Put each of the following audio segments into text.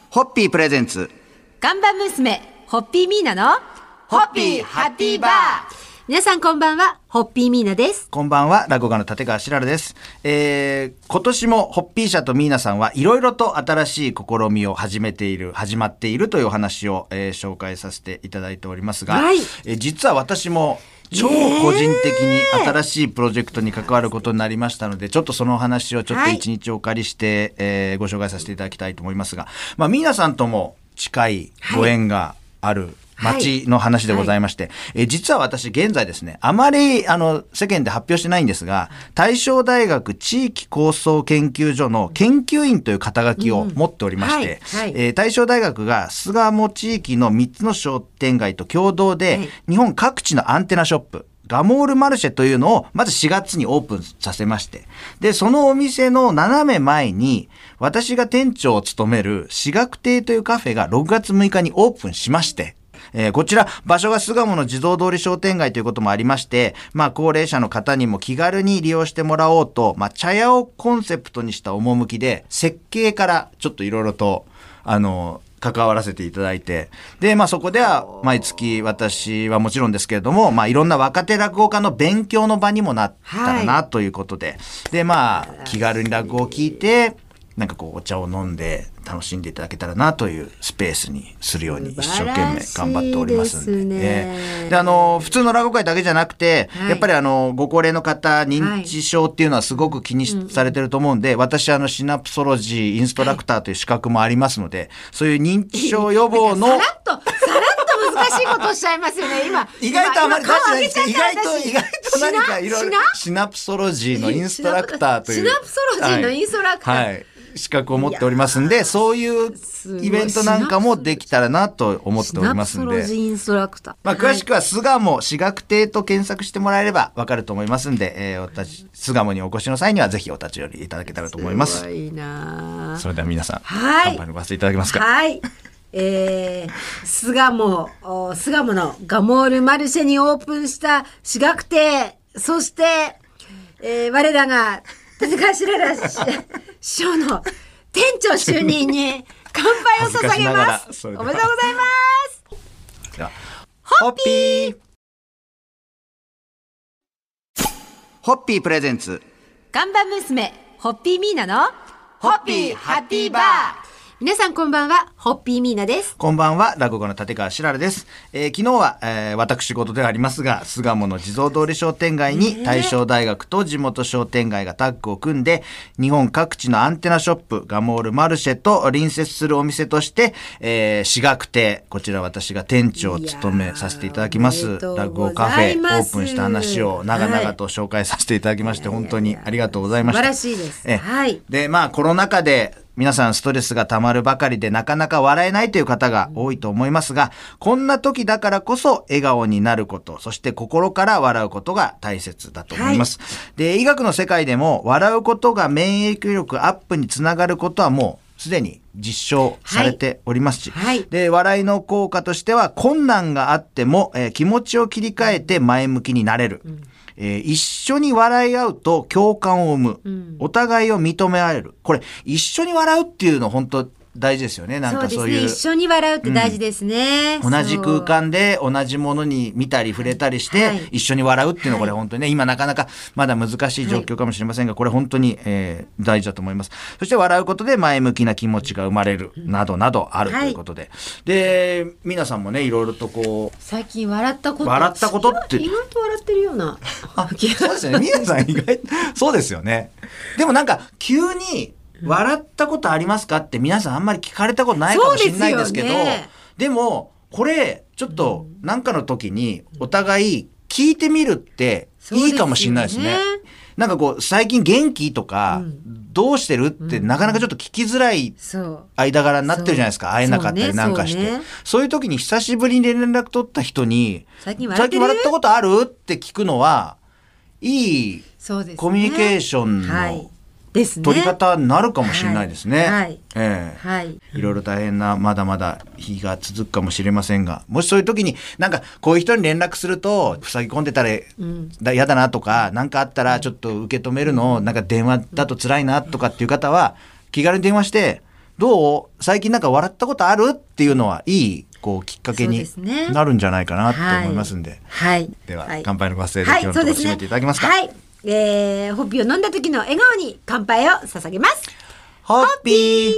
ホッピープレゼンツ看板娘ホッピーミーナのホッピーハッピーバー。 皆さんこんばんは、ホッピーミーナです。 こんばんは、落語家の立川しららです。今年もホッピー社とミーナさんはいろいろと新しい試みを始まっているというお話を、紹介させていただいておりますが、 はい実は私も超個人的に新しいプロジェクトに関わることになりましたので、ちょっとその話をちょっと一日お借りして、ご紹介させていただきたいと思いますが、ミーナさんとも近いご縁がある、町の話でございまして、実は私現在ですね、あまり世間で発表してないんですが、大正大学地域構想研究所の研究員という肩書きを持っておりまして、大正大学が巣鴨地域の3つの商店街と共同で、日本各地のアンテナショップ、ガモールマルシェというのをまず4月にオープンさせまして、でそのお店の斜め前に私が店長を務める至学亭というカフェが6月6日にオープンしまして、こちら場所が巣鴨の地蔵通り商店街ということもありまして、高齢者の方にも気軽に利用してもらおうと、茶屋をコンセプトにした趣で設計からちょっといろいろと関わらせていただいて、でそこでは毎月私はもちろんですけれども、いろんな若手落語家の勉強の場にもなったらなということで、で気軽に落語を聞いてなんかお茶を飲んで楽しんでいただけたらなというスペースにするように一生懸命頑張っておりますんで、普通の落語会だけじゃなくて、やっぱりご高齢の方認知症っていうのはすごく気にされてると思うんで、私シナプソロジーインストラクターという資格もありますので、そういう認知症予防のさらっと難しいことおっしゃいますよね。 意外とあまり出してないんですけど、意外と何かいろいろシナプソロジーのインストラクターというシナプソロジーのインストラクター、 資格を持っておりますんで、そういうイベントなんかもできたらなと思っておりますんで、 シナプソロジーインストラクター、 詳しくは巣鴨至学亭と検索してもらえればわかると思いますんで、巣鴨にお越しの際にはぜひお立ち寄りいただけたらと思います。 すごいな。 それでは皆さん、乾杯のご発声いただけますか。 巣鴨のガモールマルシェにオープンした至学亭、そして、我らが立川しらら師匠の店長就任に乾杯を捧げます。おめでとうございます。 ではホッピープレゼンツ看板娘ホッピーミーナのホッピーハッピーバー。 皆さんこんばんは、ホッピーミーナです。 こんばんは、落語家の立川しららです。昨日は、私事ではありますが、巣鴨の地蔵通り商店街に大正大学と地元商店街がタッグを組んで、日本各地のアンテナショップ、ガモールマルシェと隣接するお店として、至学亭、こちら私が店長を務めさせていただきます。落語カフェ、オープンした話を長々と紹介させていただきまして、本当にありがとうございました。 素晴らしいです。 で、コロナ禍で、皆さんストレスがたまるばかりでなかなか笑えないという方が多いと思いますが、こんな時だからこそ笑顔になること、そして心から笑うことが大切だと思います。で、医学の世界でも笑うことが免疫力アップにつながることはもうすでに実証されておりますし、で、笑いの効果としては困難があっても、気持ちを切り替えて前向きになれる。一緒に笑い合うと共感を生む、お互いを認め合える。これ一緒に笑うっていうの本当大事ですよね。なんかそういう、 一緒に笑うって大事ですね。 同じ空間で同じものに見たり触れたりして、一緒に笑うっていうのはこれ本当にね、今なかなかまだ難しい状況かもしれませんが、これ本当に、大事だと思います。そして笑うことで前向きな気持ちが生まれる、などなどあるということで、で皆さんもね、いろいろと最近笑ったことって意外と笑ってるようなそうですよね。皆さん意外とそうですよね。でもなんか急に笑ったことありますかって皆さんあんまり聞かれたことないかもしれないですけど、でもこれちょっと何かの時にお互い聞いてみるっていいかもしれないですね。なんか最近元気とか、どうしてるってなかなかちょっと聞きづらい間柄になってるじゃないですか。会えなかったりなんかして、そういう時に久しぶりに連絡取った人に最近笑ったことあるって聞くのはいいコミュニケーションの取り方になるかもしれないですね。いろいろ大変なまだまだ日が続くかもしれませんが、もしそういう時になんかこういう人に連絡すると塞ぎ込んでたら嫌だなとか、なんかあったらちょっと受け止めるのなんか電話だと辛いなとかっていう方は気軽に電話してどう最近なんか笑ったことあるっていうのはいいこうきっかけになるんじゃないかなと思いますんで、 はい、 では、 はい、 乾杯のご発声で今日のところ締めていただけますか。 はい、ホッピーを飲んだ時の笑顔に乾杯を捧げます。 ホッピー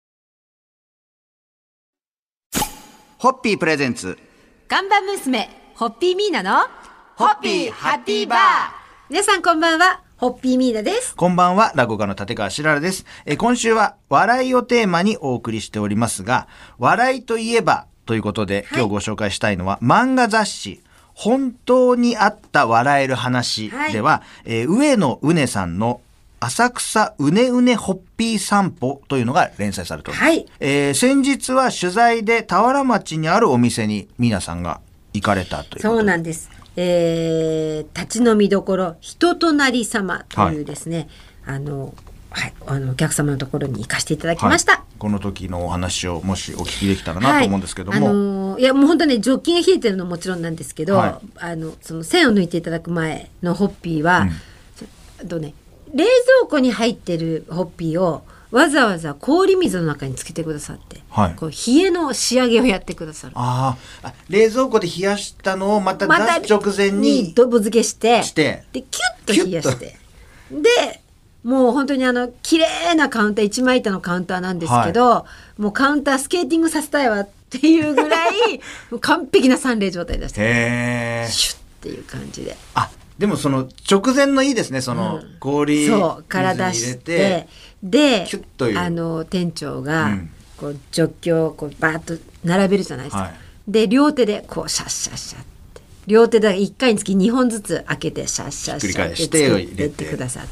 ホッピープレゼンツ看板娘ホッピーミーナのホッピーハッピーバー。 皆さんこんばんは、ホッピーミーナです。 こんばんは、落語家の立川しららです。今週は笑いをテーマにお送りしておりますが、笑いといえばということで、今日ご紹介したいのは、漫画雑誌本当にあった笑える話では、上野うねさんの浅草うねうねホッピー散歩というのが連載されております。はい、先日は取材で田原町にあるお店に皆さんが行かれたということで。 そうなんです。立ち飲みどころ人となり様というですね、はい、お客様のところに行かせていただきました。はい、 この時のお話をもしお聞きできたらなと思うんですけども、 いやもう本当ね、ジョッキが冷えてるのももちろんなんですけど、はい、その線を抜いていただく前のホッピーは、冷蔵庫に入ってるホッピーをわざわざ氷水の中につけてくださって、はい、こう冷えの仕上げをやってくださる。 冷蔵庫で冷やしたのをまた出す直前にドブ漬けしてでキュッと冷やしてでもう本当に綺麗なカウンター、一枚板のカウンターなんですけど、はい、もうカウンタースケーティングさせたいわっていうぐらい完璧な三礼状態出してシュッっていう感じで。 でもその直前のいいですね、その氷水に入れて、 でキュッという店長がこうジョッキをこうバーッと並べるじゃないですか、はい、で両手でこうシャッシャッシャッって両手で1回につき2本ずつ開けてシャッシャッシャッって作ってくださって、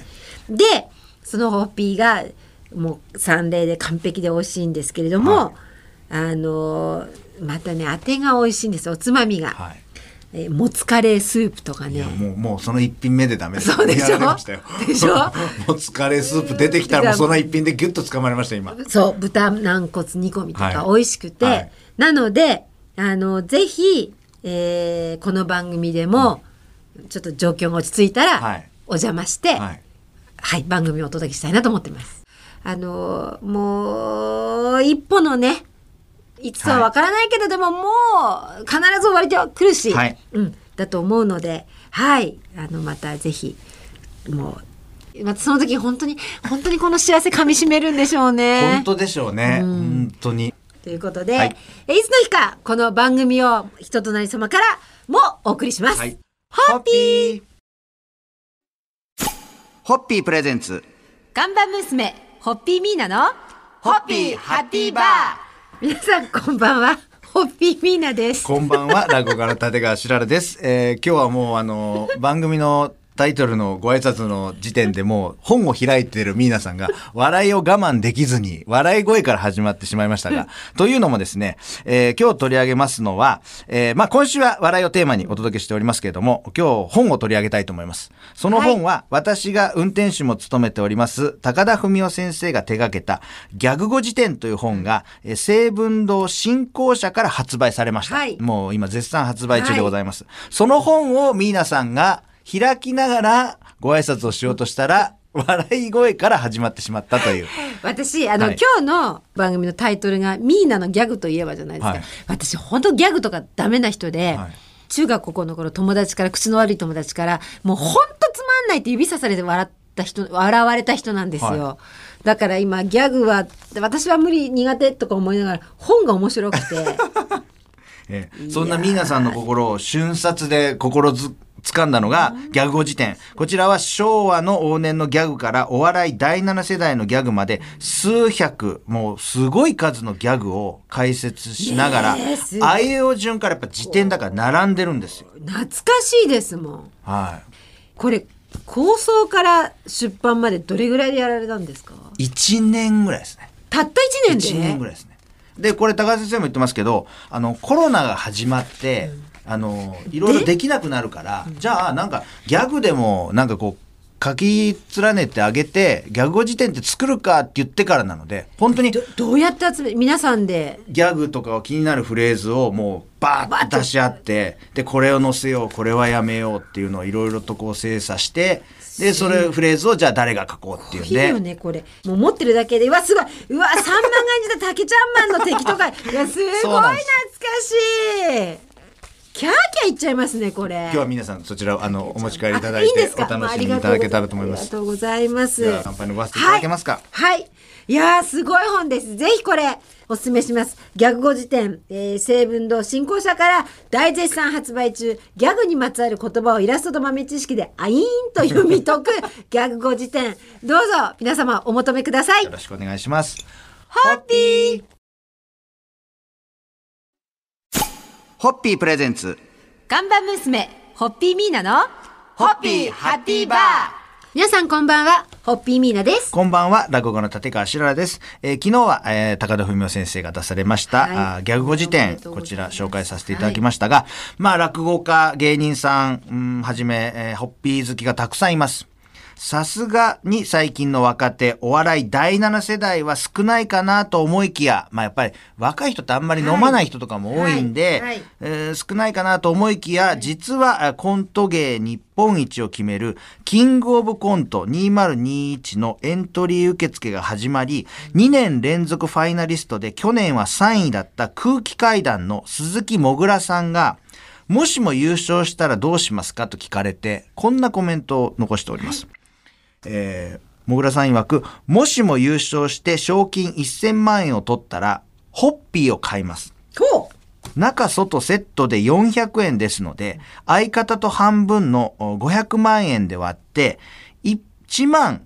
でそのホッピーがもう三礼で完璧で美味しいんですけれども、はい、またね当てが美味しいんです、おつまみが。はい、もつカレースープとかね。 もうその一品目でダメです。 そうでしょ。でしょ。 もつカレースープ出てきたらもうその一品でギュッと掴まれました今。 そう、豚軟骨煮込みとか美味しくて、はい、なのでぜひ、この番組でもちょっと状況が落ち着いたら、はい、お邪魔して、はい、番組をお届けしたいなと思ってます。もう一歩のね。いつかはわからないけど、でももう必ず終わりでは来るし、だと思うので、はい、またぜひもうまたその時本当にこの幸せ噛み締めるんでしょうね。 本当でしょうね、本当に。 ということで、はい、いつの日かこの番組を人となり様からもお送りします。はい、ホッピーホッピープレゼンツ看板娘ホッピーミーナのホッピーハッピーバー。 皆さんこんばんは、ホッピーミーナです。 こんばんは、落語家の立川しららです。今日はもう番組のタイトルのご挨拶の時点でもう本を開いているミーナさんが笑いを我慢できずに笑い声から始まってしまいましたが、というのもですね、今日取り上げますのは、今週は笑いをテーマにお届けしておりますけれども、今日本を取り上げたいと思います。その本は、私が運転手も務めております高田文夫先生が手掛けたギャグ語辞典という本が青文堂新興社から発売されました。はい、もう今絶賛発売中でございます。はい、その本をミーナさんが開きながらご挨拶をしようとしたら笑い声から始まってしまったという。 私今日の番組のタイトルがミーナのギャグといえばじゃないですか。はい、私本当ギャグとかダメな人で、中学高校の頃友達から口の悪い友達からもう本当つまんないって指さされて笑われた人なんですよ。だから今ギャグは私は無理苦手とか思いながら本が面白くてそんなミーナさんの心を瞬殺で掴んだのがギャグ語辞典。こちらは昭和の往年のギャグからお笑い第7世代のギャグまで数百、もうすごい数のギャグを解説しながら、あいうえお順からやっぱ辞典だから並んでるんですよ。 懐かしいですもん。はい。これ構想から出版までどれぐらいでやられたんですか ？1年ぐらいですね。 たった1年で？ 1 年ぐらいですね。で、これ高橋先生も言ってますけど、コロナが始まって、いろいろできなくなるから、じゃあなんかギャグでもなんかこう書き連ねてあげて、ギャグ語辞典って作るかって言ってからなので、本当にどうやって集め、皆さんでギャグとか気になるフレーズをもうバーッと出し合って、でこれを載せよう、これはやめようっていうのをいろいろとこう精査して、でそれフレーズをじゃあ誰が書こうっていうんで。 いいよねこれ。もう持ってるだけで、うわすごい、うわ3万がんじた竹ちゃんマンの敵とか、いやすごい懐かしい。キャーキャー言っちゃいますねこれ。 今日は皆さんそちらをお持ち帰りいただいて、 いいんですか。 お楽しみいただけたらと思います。 ありがとうございます。 では乾杯のごわせていただけますか。 はい、はい、いやーすごい本です。ぜひこれおすすめします。ギャグ語辞典、成文堂新興社から大絶賛発売中。ギャグにまつわる言葉をイラストと豆知識でアイーンと読み解くギャグ語辞典、どうぞ皆様お求めください。 よろしくお願いします。 ホッピーホッピープレゼンツ看板娘ホッピーミーナのホッピーハッピーバー。 皆さんこんばんは、ホッピーミーナです。 こんばんは、落語家の立川しららです。昨日は、高田文夫先生が出されました、ギャグ語辞典、こちら紹介させていただきましたが、まあ落語家、芸人さん、はじめ、ホッピー好きがたくさんいます。さすがに最近の若手、お笑い第7世代は少ないかなと思いきや、まあやっぱり若い人ってあんまり飲まない人とかも多いんで、少ないかなと思いきや、実はコント芸日本一を決めるキングオブコント2021のエントリー受付が始まり、2年連続ファイナリストで去年は3位だった空気階段の鈴木もぐらさんが、もしも優勝したらどうしますかと聞かれて、こんなコメントを残しております。もぐらさん曰く、もしも優勝して賞金1000万円を取ったら、ホッピーを買います。中外セットで400円ですので、相方と半分の500万円で割って、1万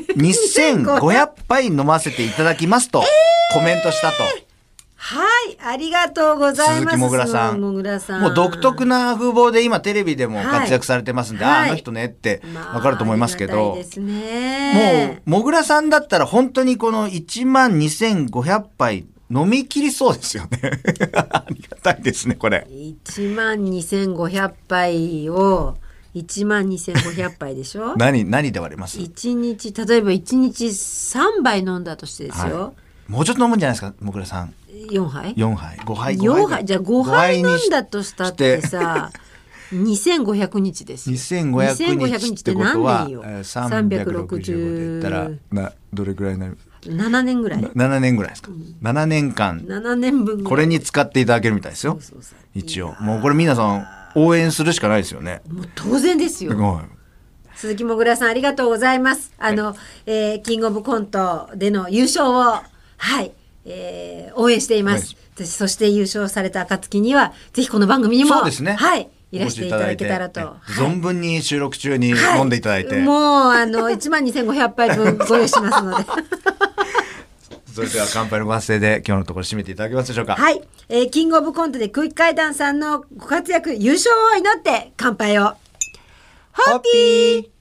2500杯飲ませていただきますとコメントしたと。 はい、ありがとうございます。 鈴木もぐらさん。もう独特な風貌で今テレビでも活躍されてますんで、あの人ねってわかると思いますけど、もうもぐらさんだったら本当にこの1万2500杯飲み切りそうですよね。ありがたいですねこれ。 1万2500杯を1万2500杯でしょ。 何で割れます ？1日、例えば1日3杯飲んだとしてですよ。 もうちょっと飲むんじゃないですかもぐらさん。 4杯 ?4 杯5杯 4杯じゃあ5杯飲んだとしたってさ2500日ですよ。 2500日ってことは365で言ったらどれぐらいになります ？7年ぐらい。 7年ぐらいですか、7年間 7年分これに使っていただけるみたいですよ。一応もうこれ皆さん応援するしかないですよね。 もう当然ですよ。鈴木もぐらさんありがとうございます。キングオブコントでの優勝を応援しています。そして優勝された暁にはぜひこの番組にも、 そうですね、 いらしていただけたらと、 存分に収録中に飲んでいただいて、 もう1万2500杯分ご用意しますのでそれでは乾杯のご発声で今日のところ締めていただけますでしょうか。 はい、キングオブコントで空気階段さんのご活躍優勝を祈って乾杯を。ホッピー。